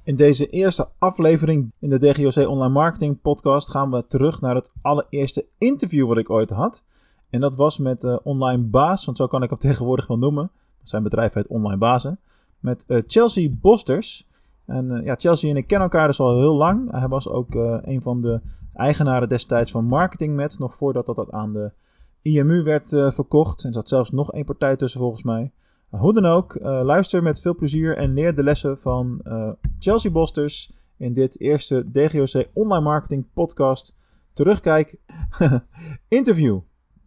In deze eerste aflevering in de DGOC Online Marketing Podcast gaan we terug naar het allereerste interview wat ik ooit had. En dat was met Online Baas, want zo kan ik hem tegenwoordig wel noemen. Zijn bedrijf heet Online Bazen. Met Chelsea Bosters. En Chelsea en ik kennen elkaar dus al heel lang. Hij was ook een van de eigenaren destijds van MarketingMed. Nog voordat dat aan de IMU werd verkocht. En er zat zelfs nog één partij tussen volgens mij. Hoe dan ook, luister met veel plezier en leer de lessen van Chelsea Bosters in dit eerste DGOC Online Marketing Podcast. Terugkijk, interview.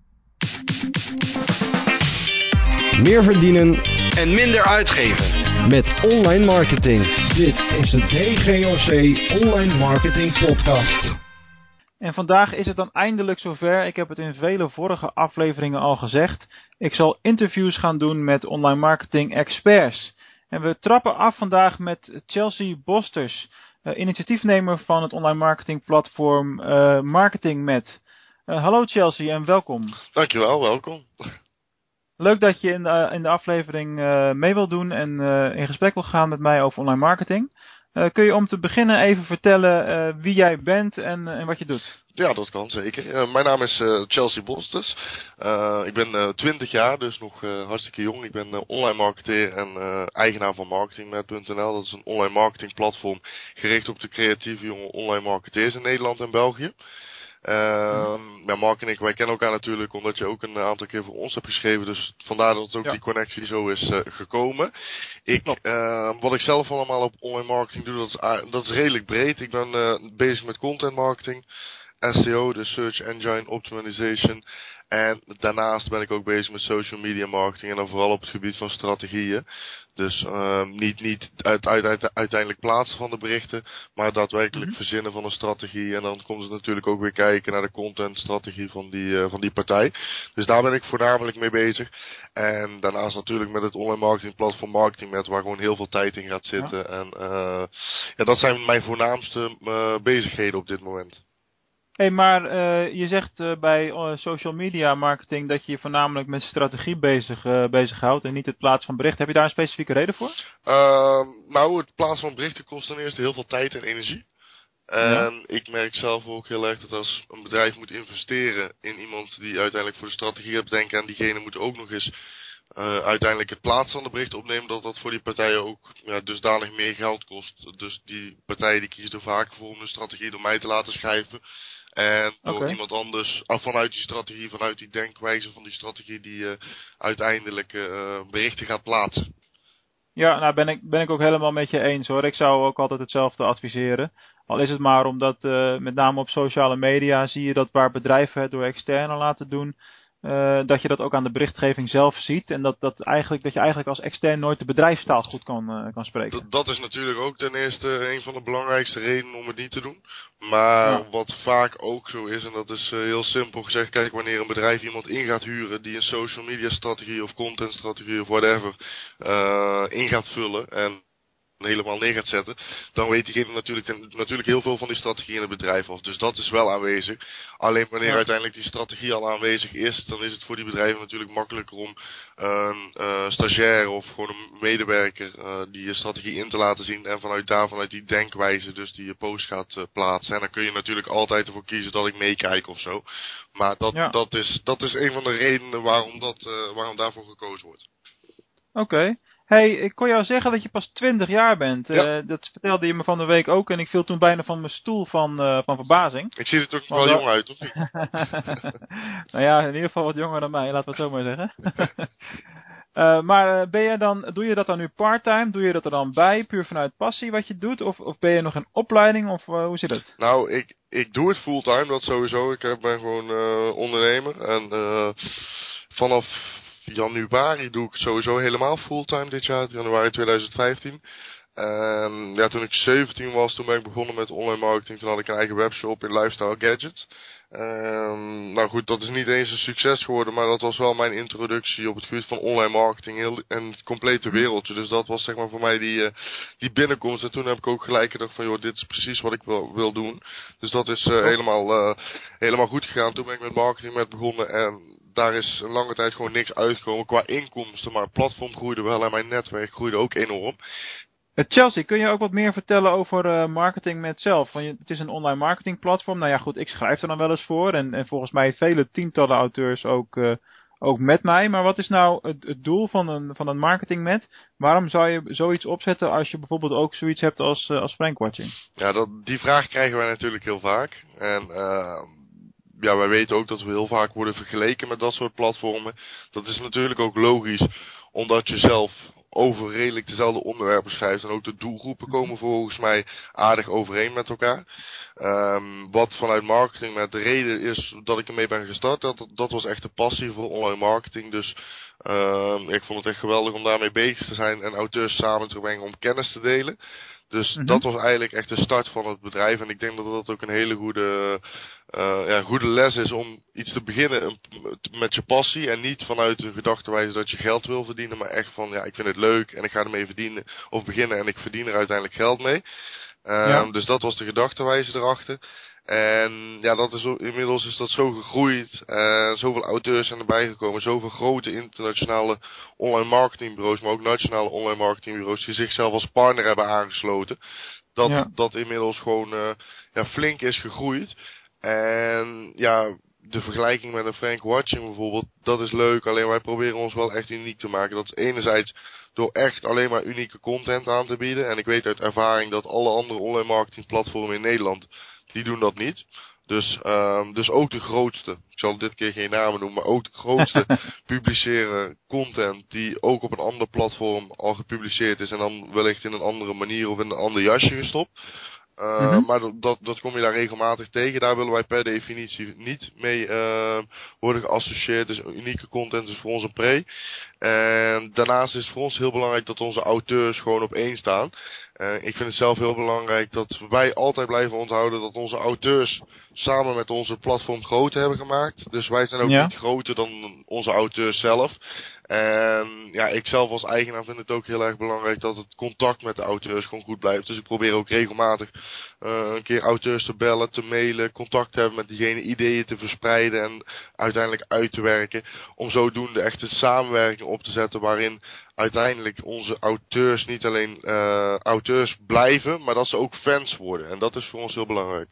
Meer verdienen en minder uitgeven met online marketing. Dit is de DGOC Online Marketing Podcast. En vandaag is het dan eindelijk zover. Ik heb het in vele vorige afleveringen al gezegd. Ik zal interviews gaan doen met online marketing experts. En we trappen af vandaag met Chelsea Bosters, initiatiefnemer van het online marketing platform MarketingMed. Hallo Chelsea en welkom. Dankjewel, welkom. Leuk dat je in de aflevering mee wil doen en in gesprek wil gaan met mij over online marketing. Kun je om te beginnen even vertellen wie jij bent en wat je doet? Ja, dat kan zeker. Mijn naam is Chelsea Bosters. Ik ben 20 jaar, dus nog hartstikke jong. Ik ben online marketeer en eigenaar van marketingmed.nl. Dat is een online marketing platform gericht op de creatieve jonge online marketeers in Nederland en België. Mark en ik, wij kennen elkaar natuurlijk omdat je ook een aantal keer voor ons hebt geschreven. Dus vandaar dat ook die connectie zo is gekomen. Wat ik zelf allemaal op online marketing doe, dat is redelijk breed. Ik ben bezig met content marketing, SEO, dus Search Engine Optimization. En daarnaast ben ik ook bezig met social media marketing en dan vooral op het gebied van strategieën. Dus niet uiteindelijk plaatsen van de berichten, maar daadwerkelijk verzinnen van een strategie. En dan komt het natuurlijk ook weer kijken naar de contentstrategie van die partij. Dus daar ben ik voornamelijk mee bezig. En daarnaast natuurlijk met het online marketing platform MarketingMed, waar gewoon heel veel tijd in gaat zitten. Ja. En dat zijn mijn voornaamste bezigheden op dit moment. Hey, maar je zegt bij social media marketing dat je je voornamelijk met strategie bezighoudt en niet het plaatsen van berichten. Heb je daar een specifieke reden voor? Het plaatsen van berichten kost ten eerste heel veel tijd en energie. En ik merk zelf ook heel erg dat als een bedrijf moet investeren in iemand die uiteindelijk voor de strategie gaat bedenken en diegene moet ook nog eens uiteindelijk het plaatsen van de berichten opnemen, dat voor die partijen ook dusdanig meer geld kost. Dus die partijen die kiezen er vaak voor om de strategie door mij te laten schrijven. En door iemand anders, vanuit die strategie, vanuit die denkwijze van die strategie, die uiteindelijk berichten gaat plaatsen. Ja, nou ben ik ook helemaal met je eens hoor. Ik zou ook altijd hetzelfde adviseren. Al is het maar omdat met name op sociale media zie je dat waar bedrijven het door externen laten doen, dat je dat ook aan de berichtgeving zelf ziet. En dat je eigenlijk als extern nooit de bedrijfstaal goed kan spreken. Dat is natuurlijk ook ten eerste een van de belangrijkste redenen om het niet te doen. Maar wat vaak ook zo is, en dat is heel simpel gezegd, kijk, wanneer een bedrijf iemand in gaat huren die een social media strategie of content strategie of whatever in gaat vullen en helemaal neer gaat zetten, dan weet diegene natuurlijk heel veel van die strategie in het bedrijf af. Dus dat is wel aanwezig. Alleen wanneer uiteindelijk die strategie al aanwezig is, dan is het voor die bedrijven natuurlijk makkelijker om een stagiair of gewoon een medewerker die je strategie in te laten zien en vanuit die denkwijze dus die je post gaat plaatsen. En dan kun je natuurlijk altijd ervoor kiezen dat ik meekijk of zo. Maar dat is een van de redenen waarom daarvoor gekozen wordt. Oké. Hey, ik kon jou zeggen dat je pas 20 jaar bent. Dat vertelde je me van de week ook en ik viel toen bijna van mijn stoel van verbazing. Ik zie er toch wel jong uit, of niet? Nou ja, in ieder geval wat jonger dan mij, laten we het zo maar zeggen. Maar doe je dat dan nu part-time? Doe je dat er dan bij, puur vanuit passie wat je doet? Of ben je nog in opleiding? Of hoe zit het? Nou, ik doe het fulltime, dat sowieso. Ik ben gewoon ondernemer en vanaf januari doe ik het sowieso helemaal fulltime dit jaar, januari 2015. Toen ik 17 was, toen ben ik begonnen met online marketing. Toen had ik een eigen webshop in Lifestyle Gadgets. Dat is niet eens een succes geworden, maar dat was wel mijn introductie op het gebied van online marketing en het complete wereldje. Dus dat was zeg maar voor mij die binnenkomst. En toen heb ik ook gelijk gedacht van, joh, dit is precies wat ik wil doen. Dus dat is helemaal goed gegaan. Toen ben ik met MarketingMed begonnen en daar is een lange tijd gewoon niks uitgekomen qua inkomsten. Maar het platform groeide wel en mijn netwerk groeide ook enorm. Chelsea, kun je ook wat meer vertellen over marketing met zelf? Want het is een online marketing platform. Nou ja, goed, ik schrijf er dan wel eens voor. En volgens mij vele tientallen auteurs ook met mij. Maar wat is nou het doel van een marketing met? Waarom zou je zoiets opzetten als je bijvoorbeeld ook zoiets hebt als Frankwatching? Ja, die vraag krijgen wij natuurlijk heel vaak. En wij weten ook dat we heel vaak worden vergeleken met dat soort platformen. Dat is natuurlijk ook logisch, omdat je zelf over redelijk dezelfde onderwerpen schrijft. En ook de doelgroepen komen volgens mij aardig overeen met elkaar. Wat vanuit marketing met de reden is dat ik ermee ben gestart. Dat was echt de passie voor online marketing. Dus ik vond het echt geweldig om daarmee bezig te zijn en auteurs samen te brengen om kennis te delen. Dus dat was eigenlijk echt de start van het bedrijf. En ik denk dat dat ook een hele goede les is om iets te beginnen met je passie. En niet vanuit een gedachtewijze dat je geld wil verdienen. Maar echt van, ja, ik vind het leuk en ik ga ermee verdienen. Of beginnen en ik verdien er uiteindelijk geld mee. Dus dat was de gedachtewijze erachter. En ja, inmiddels is dat zo gegroeid. Zoveel auteurs zijn erbij gekomen. Zoveel grote internationale online marketingbureaus, maar ook nationale online marketingbureaus die zichzelf als partner hebben aangesloten. Dat inmiddels gewoon flink is gegroeid. En ja, de vergelijking met een Frankwatching bijvoorbeeld, dat is leuk. Alleen wij proberen ons wel echt uniek te maken. Dat is enerzijds door echt alleen maar unieke content aan te bieden. En ik weet uit ervaring dat alle andere online marketing platformen in Nederland, die doen dat niet. Dus ook de grootste, ik zal dit keer geen namen noemen, maar ook de grootste publiceren content die ook op een ander platform al gepubliceerd is en dan wellicht in een andere manier of in een ander jasje gestopt. Maar dat kom je daar regelmatig tegen. Daar willen wij per definitie niet mee worden geassocieerd. Dus unieke content is voor ons een pre. En daarnaast is het voor ons heel belangrijk dat onze auteurs gewoon op één staan. Ik vind het zelf heel belangrijk dat wij altijd blijven onthouden dat onze auteurs samen met onze platform groter hebben gemaakt. Dus wij zijn ook niet groter dan onze auteurs zelf. En ja, ik zelf als eigenaar vind het ook heel erg belangrijk dat het contact met de auteurs gewoon goed blijft. Dus ik probeer ook regelmatig een keer auteurs te bellen, te mailen, contact te hebben met diegene, ideeën te verspreiden en uiteindelijk uit te werken. Om zodoende echt een samenwerking op te zetten waarin uiteindelijk onze auteurs niet alleen auteurs blijven, maar dat ze ook fans worden. En dat is voor ons heel belangrijk.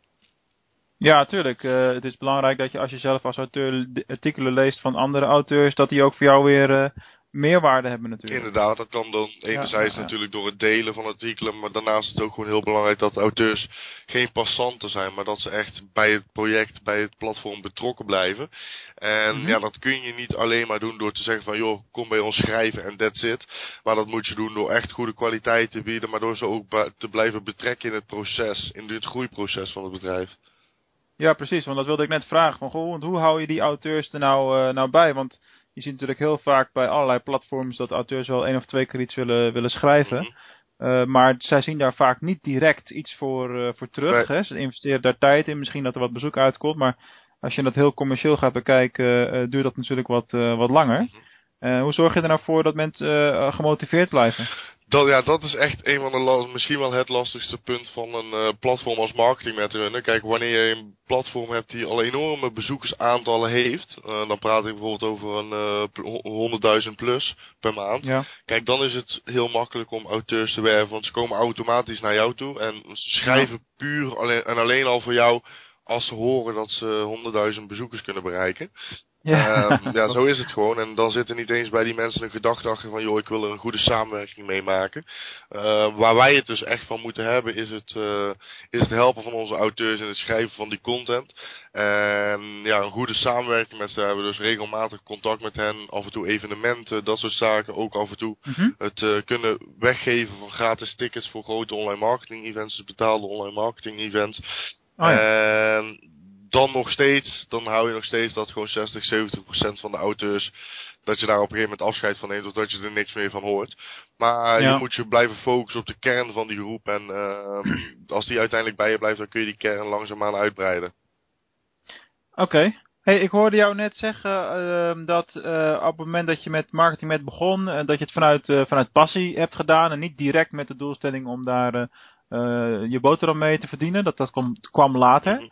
Ja, tuurlijk. Het is belangrijk dat je als je zelf als auteur artikelen leest van andere auteurs, dat die ook voor jou weer meerwaarde hebben natuurlijk. Inderdaad, dat kan dan enerzijds natuurlijk door het delen van artikelen, maar daarnaast is het ook gewoon heel belangrijk dat de auteurs geen passanten zijn, maar dat ze echt bij het project, bij het platform betrokken blijven. En ja, dat kun je niet alleen maar doen door te zeggen van joh, kom bij ons schrijven en that's it. Maar dat moet je doen door echt goede kwaliteit te bieden, maar door ze ook te blijven betrekken in het proces, in het groeiproces van het bedrijf. Ja, precies, want dat wilde ik net vragen. Van, goh, hoe hou je die auteurs er nou bij? Want je ziet natuurlijk heel vaak bij allerlei platforms dat auteurs wel 1 of 2 keer iets willen schrijven. Maar zij zien daar vaak niet direct iets voor terug. Hè? Ze investeren daar tijd in, misschien dat er wat bezoek uitkomt. Maar als je dat heel commercieel gaat bekijken, duurt dat natuurlijk wat langer. Hoe zorg je er nou voor dat mensen gemotiveerd blijven? Dat is echt een van de misschien wel het lastigste punt van een platform als marketing met runnen. Kijk, wanneer je een platform hebt die al enorme bezoekersaantallen heeft, dan praat ik bijvoorbeeld over een 100.000 plus per maand. Ja. Kijk, dan is het heel makkelijk om auteurs te werven, want ze komen automatisch naar jou toe en ze schrijven puur alleen al voor jou als ze horen dat ze 100.000 bezoekers kunnen bereiken. Zo is het gewoon. En dan zit er niet eens bij die mensen een gedachte achter van joh, ik wil er een goede samenwerking mee maken. Waar wij het dus echt van moeten hebben is het helpen van onze auteurs in het schrijven van die content. En ja, een goede samenwerking met ze hebben. Dus regelmatig contact met hen, af en toe evenementen, dat soort zaken. Ook af en toe het kunnen weggeven van gratis tickets voor grote online marketing events, dus betaalde online marketing events. En dan hou je nog steeds dat gewoon 60-70% van de auteurs, dat je daar op een gegeven moment afscheid van neemt of dat je er niks meer van hoort. Maar je moet je blijven focussen op de kern van die groep en als die uiteindelijk bij je blijft, dan kun je die kern langzaamaan uitbreiden. Oké. Hey, ik hoorde jou net zeggen dat op het moment dat je met marketing begon, dat je het vanuit passie hebt gedaan en niet direct met de doelstelling om daar je boterham mee te verdienen. Dat kwam later.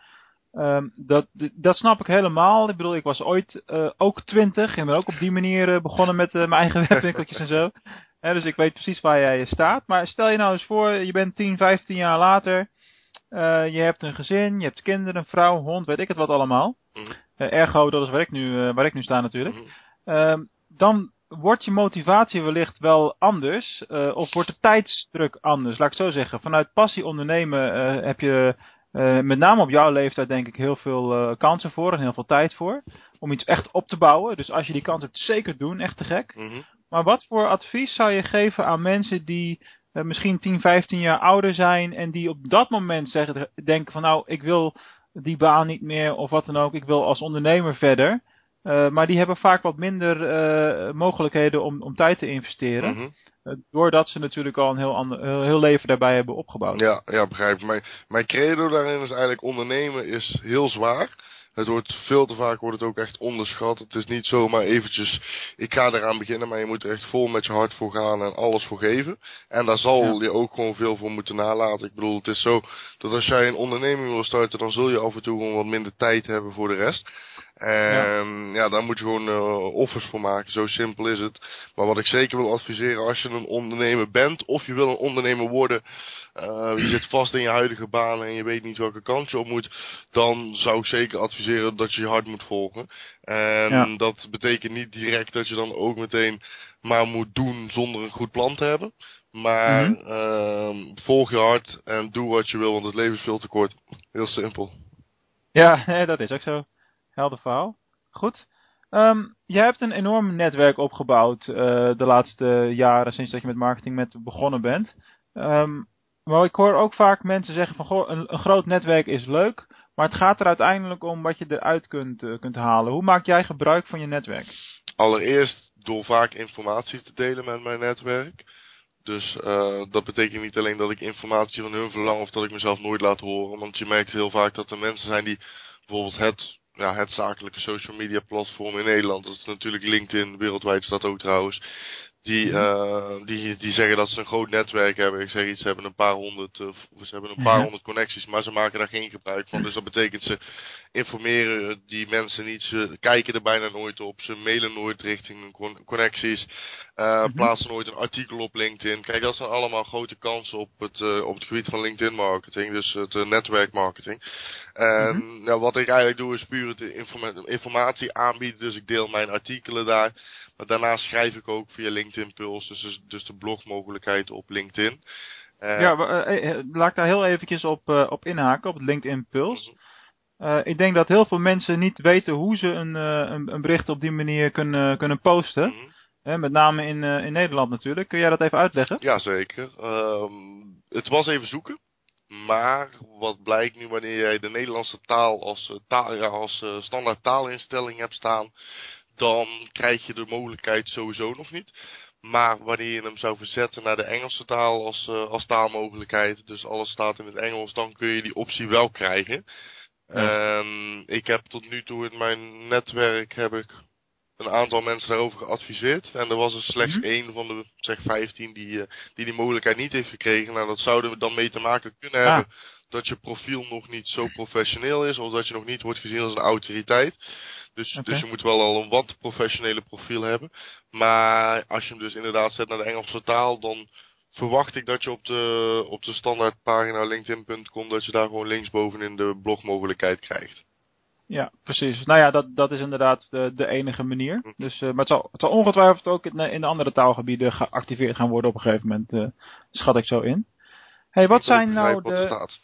Dat snap ik helemaal. Ik bedoel, ik was ooit ook 20 en ben ook op die manier begonnen met mijn eigen webwinkeltjes en zo. Dus ik weet precies waar jij staat. Maar stel je nou eens voor, je bent 10, 15 jaar later. Je hebt een gezin, je hebt kinderen, een vrouw, hond, weet ik het wat allemaal. Ergo, dat is waar ik nu sta natuurlijk. Dan wordt je motivatie wellicht wel anders. Of wordt de tijdsdruk anders, laat ik het zo zeggen. Vanuit passie ondernemen heb je met name op jouw leeftijd denk ik heel veel kansen voor en heel veel tijd voor. Om iets echt op te bouwen. Dus als je die kans hebt, zeker doen. Echt te gek. Maar wat voor advies zou je geven aan mensen die misschien 10, 15 jaar ouder zijn. En die op dat moment denken van nou, ik wil die baan niet meer of wat dan ook. Ik wil als ondernemer verder. Maar die hebben vaak wat minder mogelijkheden om tijd te investeren. Doordat ze natuurlijk al een heel leven daarbij hebben opgebouwd. Ja, begrijp ik. Mijn credo daarin is eigenlijk ondernemen is heel zwaar. Het wordt veel te vaak ook echt onderschat. Het is niet zomaar eventjes, ik ga eraan beginnen, maar je moet er echt vol met je hart voor gaan en alles voor geven. En daar zal je ook gewoon veel voor moeten nalaten. Ik bedoel, het is zo dat als jij een onderneming wil starten, dan zul je af en toe gewoon wat minder tijd hebben voor de rest. En daar moet je gewoon offers voor maken. Zo simpel is het. Maar wat ik zeker wil adviseren, als je een ondernemer bent of je wil een ondernemer worden, je zit vast in je huidige baan en je weet niet welke kant je op moet, dan zou ik zeker adviseren dat je je hart moet volgen. En dat betekent niet direct dat je dan ook meteen maar moet doen zonder een goed plan te hebben. Maar volg je hart en doe wat je wil, want het leven is veel te kort. Heel simpel. Ja, dat is ook zo. Helder verhaal. Goed. Jij hebt een enorm netwerk opgebouwd de laatste jaren sinds dat je met marketing begonnen bent. Maar ik hoor ook vaak mensen zeggen van goh, een groot netwerk is leuk, maar het gaat er uiteindelijk om wat je eruit kunt halen. Hoe maak jij gebruik van je netwerk? Allereerst door vaak informatie te delen met mijn netwerk. Dus dat betekent niet alleen dat ik informatie van hun verlang of dat ik mezelf nooit laat horen. Want je merkt heel vaak dat er mensen zijn die bijvoorbeeld het zakelijke social media platform in Nederland, dat is natuurlijk LinkedIn, wereldwijd is dat ook trouwens. Die zeggen dat ze een groot netwerk hebben. Ik zeg iets, ze hebben een paar honderd connecties, maar ze maken daar geen gebruik van. Dus dat betekent ze informeren die mensen niet, ze kijken er bijna nooit op, ze mailen nooit richting hun connecties, plaatsen nooit een artikel op LinkedIn. Kijk, dat zijn allemaal grote kansen op het gebied van LinkedIn marketing, dus het netwerkmarketing. En wat ik eigenlijk doe is puur het informatie aanbieden, dus ik deel mijn artikelen daar. Maar daarnaast schrijf ik ook via LinkedIn Pulse, dus de blogmogelijkheid op LinkedIn. Laat ik daar heel eventjes op inhaken, op het LinkedIn Pulse. Ik denk dat heel veel mensen niet weten hoe ze een bericht op die manier kunnen posten. Met name in Nederland natuurlijk. Kun jij dat even uitleggen? Jazeker. Het was even zoeken. Maar wat blijkt nu wanneer jij de Nederlandse taal als standaard taalinstelling hebt staan, dan krijg je de mogelijkheid sowieso nog niet. Maar wanneer je hem zou verzetten naar de Engelse taal als taalmogelijkheid, dus alles staat in het Engels, dan kun je die optie wel krijgen. Ik heb tot nu toe in mijn netwerk een aantal mensen daarover geadviseerd. En er was er slechts één van de 15 die mogelijkheid niet heeft gekregen. Nou, dat zouden we dan mee te maken kunnen hebben dat je profiel nog niet zo professioneel is, of dat je nog niet wordt gezien als een autoriteit. Dus je moet wel al een wat professionele profiel hebben. Maar als je hem dus inderdaad zet naar de Engelse taal, dan verwacht ik dat je op de standaardpagina linkedin.com, dat je daar gewoon linksbovenin de blogmogelijkheid krijgt. Ja, precies. Nou ja, dat is inderdaad de enige manier. Dus, maar het zal ongetwijfeld ook in de andere taalgebieden geactiveerd gaan worden op een gegeven moment. Schat ik zo in. Hey, wat zijn nou wat er staat.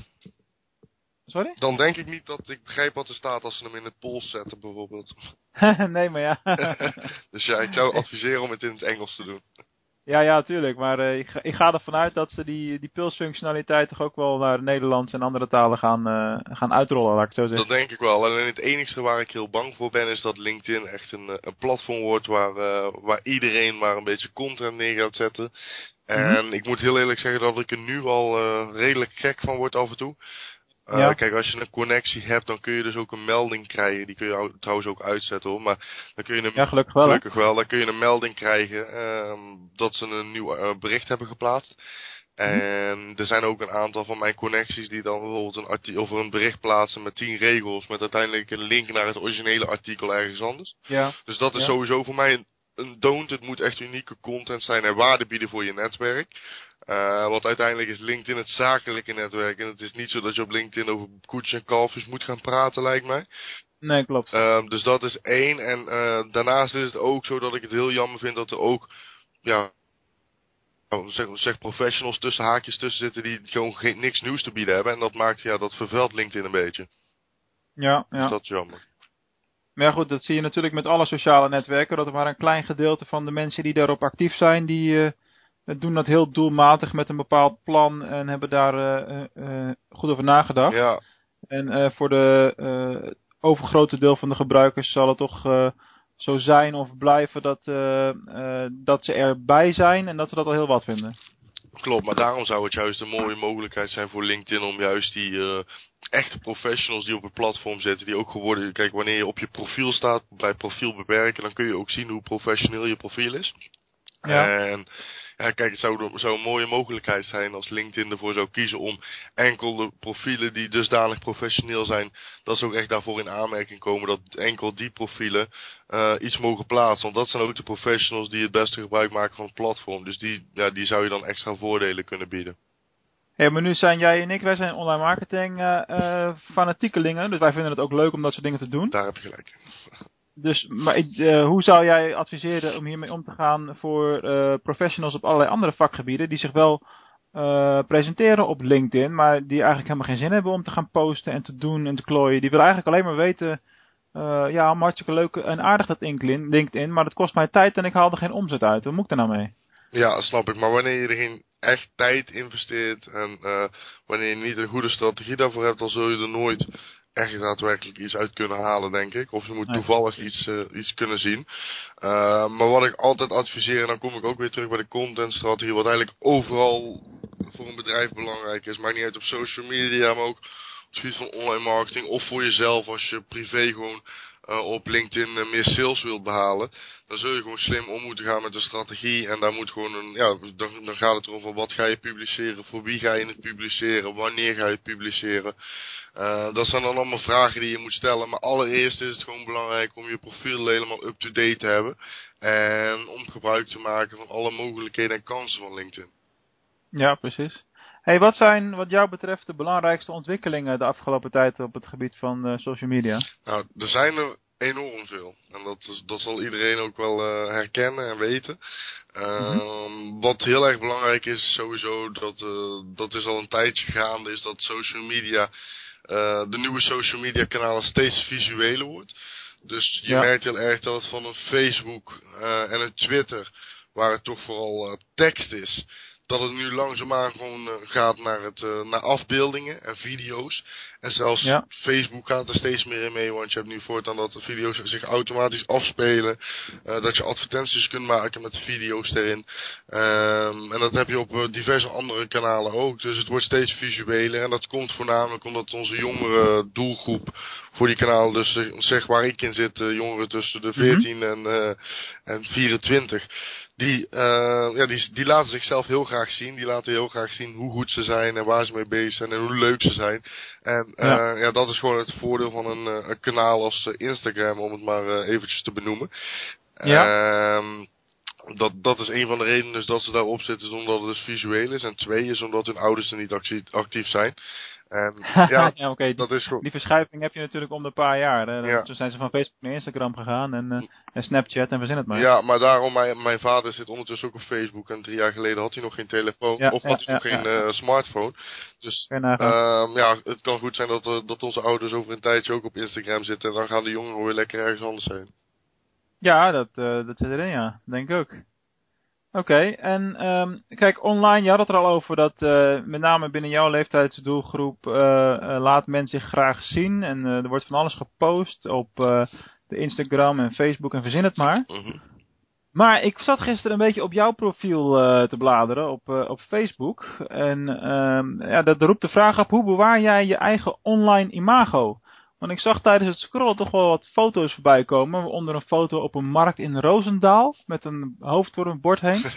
Sorry? Dan denk ik niet dat ik begrijp wat er staat als ze hem in het Pools zetten bijvoorbeeld. Nee, maar ja. Dus ja, ik zou adviseren om het in het Engels te doen. Ja, tuurlijk. Maar ik ga ervan uit dat ze die pulsfunctionaliteit toch ook wel naar Nederlands en andere talen gaan uitrollen, laat ik het zo zeggen. Dat denk ik wel. Alleen het enige waar ik heel bang voor ben is dat LinkedIn echt een platform wordt waar iedereen maar een beetje content neer gaat zetten. En ik moet heel eerlijk zeggen dat ik er nu al redelijk gek van word af en toe. Kijk, als je een connectie hebt, dan kun je dus ook een melding krijgen. Die kun je trouwens ook uitzetten hoor. Maar dan kun je gelukkig wel. Dan kun je een melding krijgen dat ze een nieuw bericht hebben geplaatst. En er zijn ook een aantal van mijn connecties die dan bijvoorbeeld een bericht plaatsen met 10 regels. Met uiteindelijk een link naar het originele artikel ergens anders. Ja. Dus dat is sowieso voor mij het moet echt unieke content zijn en waarde bieden voor je netwerk. Want uiteindelijk is LinkedIn het zakelijke netwerk. En het is niet zo dat je op LinkedIn over koetjes en kalfjes moet gaan praten, lijkt mij. Nee, klopt. Dus dat is 1. En daarnaast is het ook zo dat ik het heel jammer vind dat er ook, zeg professionals tussen haakjes tussen zitten die gewoon niks nieuws te bieden hebben. En dat maakt, dat vervuilt LinkedIn een beetje. Ja. Dus dat is jammer. Maar ja, goed, dat zie je natuurlijk met alle sociale netwerken. Dat er maar een klein gedeelte van de mensen die daarop actief zijn, die doen dat heel doelmatig met een bepaald plan en hebben daar goed over nagedacht. Ja. En voor de overgrote deel van de gebruikers zal het toch zo zijn of blijven dat ze erbij zijn en dat ze dat al heel wat vinden. Klopt, maar daarom zou het juist een mooie mogelijkheid zijn voor LinkedIn om juist die echte professionals die op het platform zitten, die ook geworden, kijk, wanneer je op je profiel staat, bij profiel beperken, dan kun je ook zien hoe professioneel je profiel is. Ja. En kijk, het zou een mooie mogelijkheid zijn als LinkedIn ervoor zou kiezen om enkel de profielen die dusdanig professioneel zijn, dat ze ook echt daarvoor in aanmerking komen, dat enkel die profielen iets mogen plaatsen. Want dat zijn ook de professionals die het beste gebruik maken van het platform. Dus die zou je dan extra voordelen kunnen bieden. Ja, maar nu zijn jij en ik, wij zijn online marketing fanatiekelingen, dus wij vinden het ook leuk om dat soort dingen te doen. Daar heb je gelijk in. Dus, maar hoe zou jij adviseren om hiermee om te gaan voor professionals op allerlei andere vakgebieden die zich wel presenteren op LinkedIn, maar die eigenlijk helemaal geen zin hebben om te gaan posten en te doen en te klooien. Die willen eigenlijk alleen maar weten, hartstikke leuk en aardig dat LinkedIn, maar dat kost mij tijd en ik haal er geen omzet uit. Hoe moet ik daar nou mee? Ja, snap ik. Maar wanneer je er geen echt tijd investeert en wanneer je niet een goede strategie daarvoor hebt, dan zul je er nooit echt daadwerkelijk iets uit kunnen halen, denk ik. Of je moet toevallig iets kunnen zien. Maar wat ik altijd adviseer, en dan kom ik ook weer terug bij de contentstrategie, wat eigenlijk overal voor een bedrijf belangrijk is. Maakt niet uit op social media, maar ook op het gebied van online marketing. Of voor jezelf als je privé gewoon op LinkedIn meer sales wilt behalen. Dan zul je gewoon slim om moeten gaan met de strategie. En daar moet gewoon dan gaat het erom van wat ga je publiceren, voor wie ga je het publiceren, wanneer ga je het publiceren. Dat zijn dan allemaal vragen die je moet stellen. Maar allereerst is het gewoon belangrijk om je profiel helemaal up-to-date te hebben. En om gebruik te maken van alle mogelijkheden en kansen van LinkedIn. Ja, precies. Hey, wat zijn wat jou betreft de belangrijkste ontwikkelingen de afgelopen tijd op het gebied van social media? Nou, er zijn er enorm veel. En dat zal iedereen ook wel herkennen en weten. Wat heel erg belangrijk is sowieso, dat is al een tijdje gaande, is dat social media, de nieuwe social media kanalen steeds visueler wordt. Dus je merkt heel erg dat het van een Facebook en een Twitter, waar het toch vooral tekst is, dat het nu langzaamaan gewoon gaat naar afbeeldingen en video's. En zelfs Facebook gaat er steeds meer in mee, want je hebt nu voortaan dat de video's zich automatisch afspelen. Dat je advertenties kunt maken met video's erin. En dat heb je op diverse andere kanalen ook. Dus het wordt steeds visueler. En dat komt voornamelijk omdat onze jongere doelgroep voor die kanalen, dus zeg waar ik in zit, jongeren tussen de 14 en 24... Die laten zichzelf heel graag zien. Die laten heel graag zien hoe goed ze zijn en waar ze mee bezig zijn en hoe leuk ze zijn. En dat is gewoon het voordeel van een kanaal als Instagram, om het maar eventjes te benoemen. Dat is een van de redenen dus dat ze daarop zitten, is omdat het dus visueel is. En 2 is omdat hun ouders er niet actief zijn. Dat is gewoon... Die verschuiving heb je natuurlijk om de paar jaar. Toen zijn ze van Facebook naar Instagram gegaan en Snapchat en verzin het maar. Ja, maar daarom, mijn vader zit ondertussen ook op Facebook. En 3 jaar geleden had hij nog geen telefoon. Had hij nog geen smartphone. Dus het kan goed zijn dat onze ouders over een tijdje ook op Instagram zitten. En dan gaan de jongeren weer lekker ergens anders heen. Ja, dat zit erin, ja. Denk ik ook. Oké, en kijk, online, je had het er al over dat met name binnen jouw leeftijdsdoelgroep laat men zich graag zien. En er wordt van alles gepost op de Instagram en Facebook en verzin het maar. Maar ik zat gisteren een beetje op jouw profiel te bladeren op Facebook. En dat roept de vraag op, hoe bewaar jij je eigen online imago? Want ik zag tijdens het scrollen toch wel wat foto's voorbij komen. Waaronder een foto op een markt in Roosendaal. Met een hoofd door een bord heen.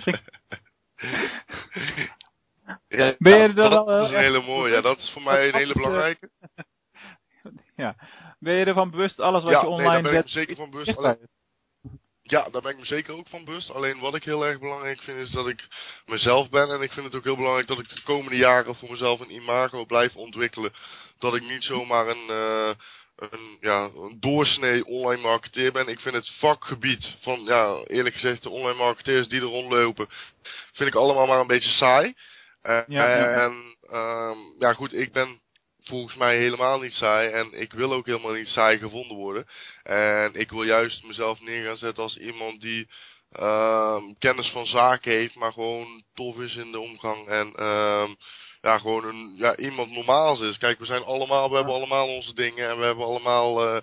Ben je dat is een hele mooie. Ja, dat is voor mij een hele belangrijke. Ben je ervan bewust alles wat je online daar ben ik zeker van bewust. Ja, daar ben ik me zeker ook van bewust. Alleen wat ik heel erg belangrijk vind is dat ik mezelf ben. En ik vind het ook heel belangrijk dat ik de komende jaren voor mezelf een imago blijf ontwikkelen. Dat ik niet zomaar een doorsnee online marketeer ben. Ik vind het vakgebied van, eerlijk gezegd, de online marketeers die er rondlopen, vind ik allemaal maar een beetje saai. Goed, ik ben volgens mij helemaal niet saai en ik wil ook helemaal niet saai gevonden worden. En ik wil juist mezelf neer gaan zetten als iemand die kennis van zaken heeft, maar gewoon tof is in de omgang en gewoon iemand normaals is. Kijk, we hebben allemaal onze dingen en we hebben allemaal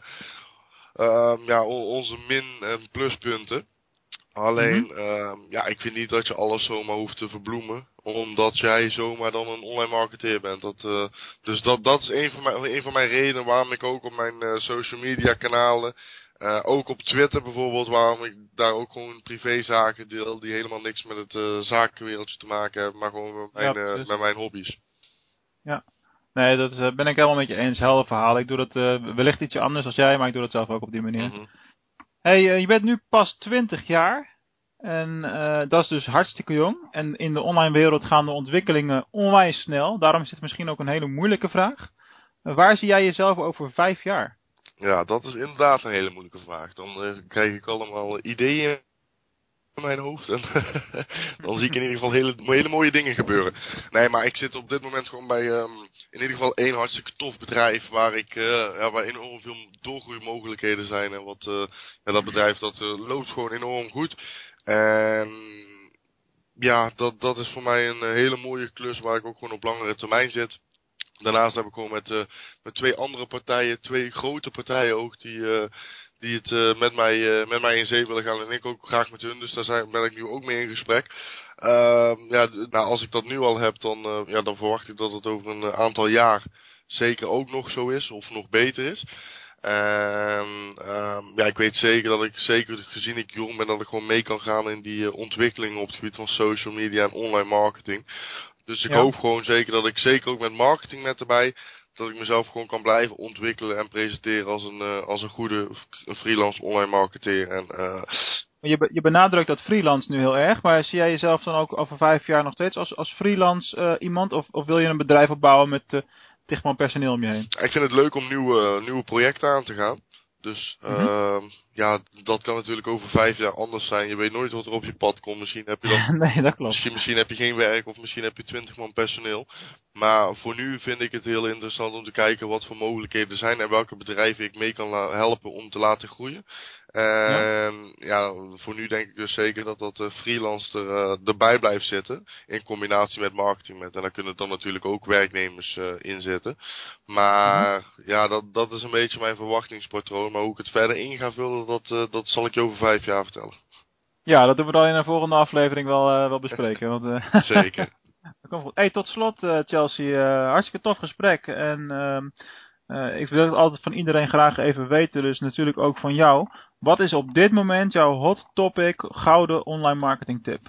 onze min- en pluspunten. Alleen, ik vind niet dat je alles zomaar hoeft te verbloemen, omdat jij zomaar dan een online marketeer bent. Dus dat is een van mijn redenen waarom ik ook op mijn social media kanalen, ook op Twitter bijvoorbeeld, waarom ik daar ook gewoon privézaken deel, die helemaal niks met het zakenwereldje te maken hebben, maar gewoon met mijn hobby's. Ja. Nee, dat ben ik helemaal met je eens. Helder verhaal. Ik doe dat wellicht ietsje anders als jij, maar ik doe dat zelf ook op die manier. Mm-hmm. Hey, je bent nu pas 20 jaar. En dat is dus hartstikke jong. En in de online wereld gaan de ontwikkelingen onwijs snel. Daarom is het misschien ook een hele moeilijke vraag. Waar zie jij jezelf over 5 jaar? Ja, dat is inderdaad een hele moeilijke vraag. Dan krijg ik allemaal ideeën in mijn hoofd. En dan zie ik in ieder geval hele mooie dingen gebeuren. Nee, maar ik zit op dit moment gewoon bij in ieder geval één hartstikke tof bedrijf waar waar enorm veel doorgroeimogelijkheden zijn. En dat bedrijf dat loopt gewoon enorm goed. En ja, dat is voor mij een hele mooie klus waar ik ook gewoon op langere termijn zit. Daarnaast heb ik gewoon met 2 andere partijen, 2 grote partijen ook, die het met mij in zee willen gaan en ik ook graag met hun. Dus daar ben ik nu ook mee in gesprek. Als ik dat nu al heb, dan verwacht ik dat het over een aantal jaar zeker ook nog zo is, of nog beter is. Ik weet zeker dat ik, zeker gezien ik jong ben, dat ik gewoon mee kan gaan in die ontwikkelingen op het gebied van social media en online marketing. Dus ik hoop gewoon zeker dat ik zeker ook met marketing met erbij, dat ik mezelf gewoon kan blijven ontwikkelen en presenteren als een goede freelance online marketeer. Je benadrukt dat freelance nu heel erg, maar zie jij jezelf dan ook over 5 jaar nog steeds als freelance iemand? Of wil je een bedrijf opbouwen met tigman personeel om je heen? Ik vind het leuk om nieuwe projecten aan te gaan. Dus dat kan natuurlijk over 5 jaar anders zijn. Je weet nooit wat er op je pad komt. Misschien heb je dan, nee, dat klopt. Misschien heb je geen werk of misschien heb je 20 man personeel. Maar voor nu vind ik het heel interessant om te kijken wat voor mogelijkheden er zijn en welke bedrijven ik mee kan helpen om te laten groeien. En voor nu denk ik dus zeker dat freelance erbij blijft zitten. In combinatie met marketing. En daar kunnen dan natuurlijk ook werknemers in zitten. Maar dat is een beetje mijn verwachtingspatroon. Maar hoe ik het verder in ga vullen, dat zal ik je over 5 jaar vertellen. Ja, dat doen we dan in een volgende aflevering wel bespreken. Want, zeker. Hey, tot slot Chelsea, hartstikke tof gesprek. En ik wil het altijd van iedereen graag even weten, dus natuurlijk ook van jou. Wat is op dit moment jouw hot topic gouden online marketing tip?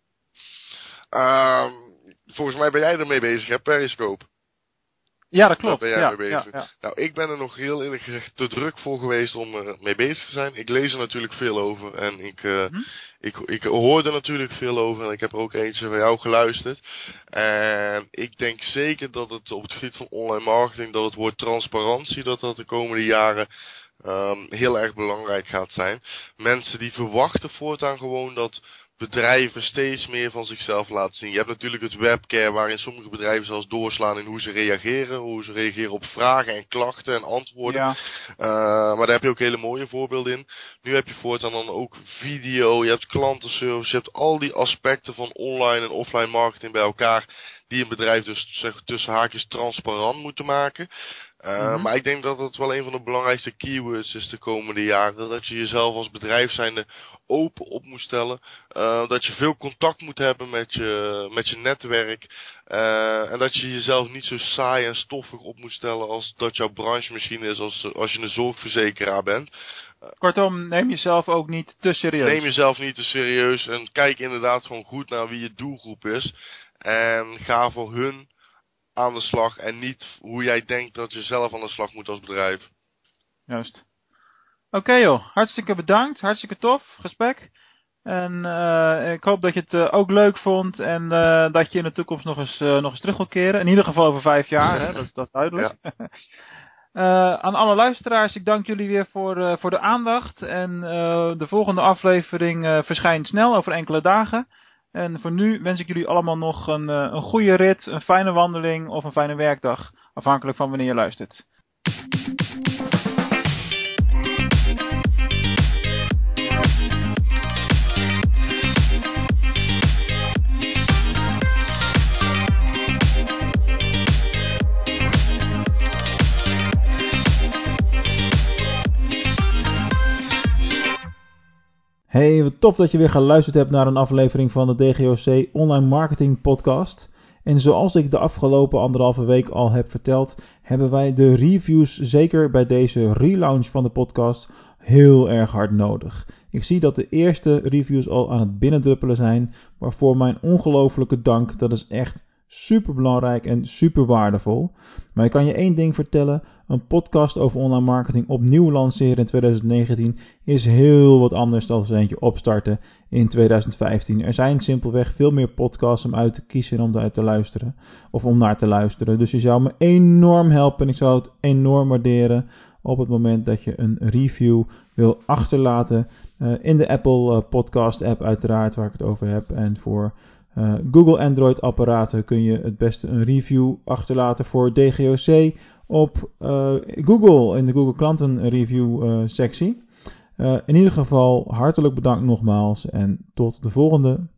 Volgens mij ben jij ermee bezig, hè, Periscope. Ja, dat klopt. Daar ben jij mee bezig. Ja. Nou, ik ben er nog heel eerlijk gezegd te druk voor geweest om er mee bezig te zijn. Ik lees er natuurlijk veel over en ik hoor er natuurlijk veel over en ik heb er ook eentje van jou geluisterd. En ik denk zeker dat het op het gebied van online marketing, dat het woord transparantie, dat de komende jaren heel erg belangrijk gaat zijn. Mensen die verwachten voortaan gewoon dat bedrijven steeds meer van zichzelf laten zien. Je hebt natuurlijk het webcare waarin sommige bedrijven zelfs doorslaan in hoe ze reageren op vragen en klachten en antwoorden. Ja. Maar daar heb je ook hele mooie voorbeelden in. Nu heb je voortaan dan ook video, je hebt klantenservice, je hebt al die aspecten van online en offline marketing bij elkaar, die een bedrijf dus tussen haakjes transparant moeten maken. Maar ik denk dat het wel een van de belangrijkste keywords is de komende jaren. Dat je jezelf als bedrijf zijnde open op moet stellen. Dat je veel contact moet hebben met je netwerk. En dat je jezelf niet zo saai en stoffig op moet stellen als dat jouw branche misschien is als je een zorgverzekeraar bent. Kortom, neem jezelf ook niet te serieus. Neem jezelf niet te serieus en kijk inderdaad gewoon goed naar wie je doelgroep is. En ga voor hun aan de slag en niet hoe jij denkt dat je zelf aan de slag moet als bedrijf. Juist. Oké joh, hartstikke bedankt. Hartstikke tof gesprek. En ik hoop dat je het ook leuk vond en dat je in de toekomst nog eens terug wil keren. In ieder geval over 5 jaar, hè? Dat is duidelijk. Ja. Aan alle luisteraars, ik dank jullie weer voor de aandacht. En de volgende aflevering verschijnt snel, over enkele dagen. En voor nu wens ik jullie allemaal nog een goede rit, een fijne wandeling of een fijne werkdag. Afhankelijk van wanneer je luistert. Hey, wat tof dat je weer geluisterd hebt naar een aflevering van de DGOC Online Marketing Podcast. En zoals ik de afgelopen 1,5 week al heb verteld, hebben wij de reviews zeker bij deze relaunch van de podcast heel erg hard nodig. Ik zie dat de eerste reviews al aan het binnendruppelen zijn, waarvoor mijn ongelofelijke dank. Dat is echt super belangrijk en super waardevol. Maar ik kan je één ding vertellen. Een podcast over online marketing opnieuw lanceren in 2019 is heel wat anders dan eentje opstarten in 2015. Er zijn simpelweg veel meer podcasts om uit te kiezen en om uit te luisteren. Of om naar te luisteren. Dus je zou me enorm helpen en ik zou het enorm waarderen op het moment dat je een review wil achterlaten. In de Apple Podcast app uiteraard, waar ik het over heb. En voor Google Android apparaten kun je het beste een review achterlaten voor DGOC op Google in de Google klanten review sectie. In ieder geval hartelijk bedankt nogmaals en tot de volgende.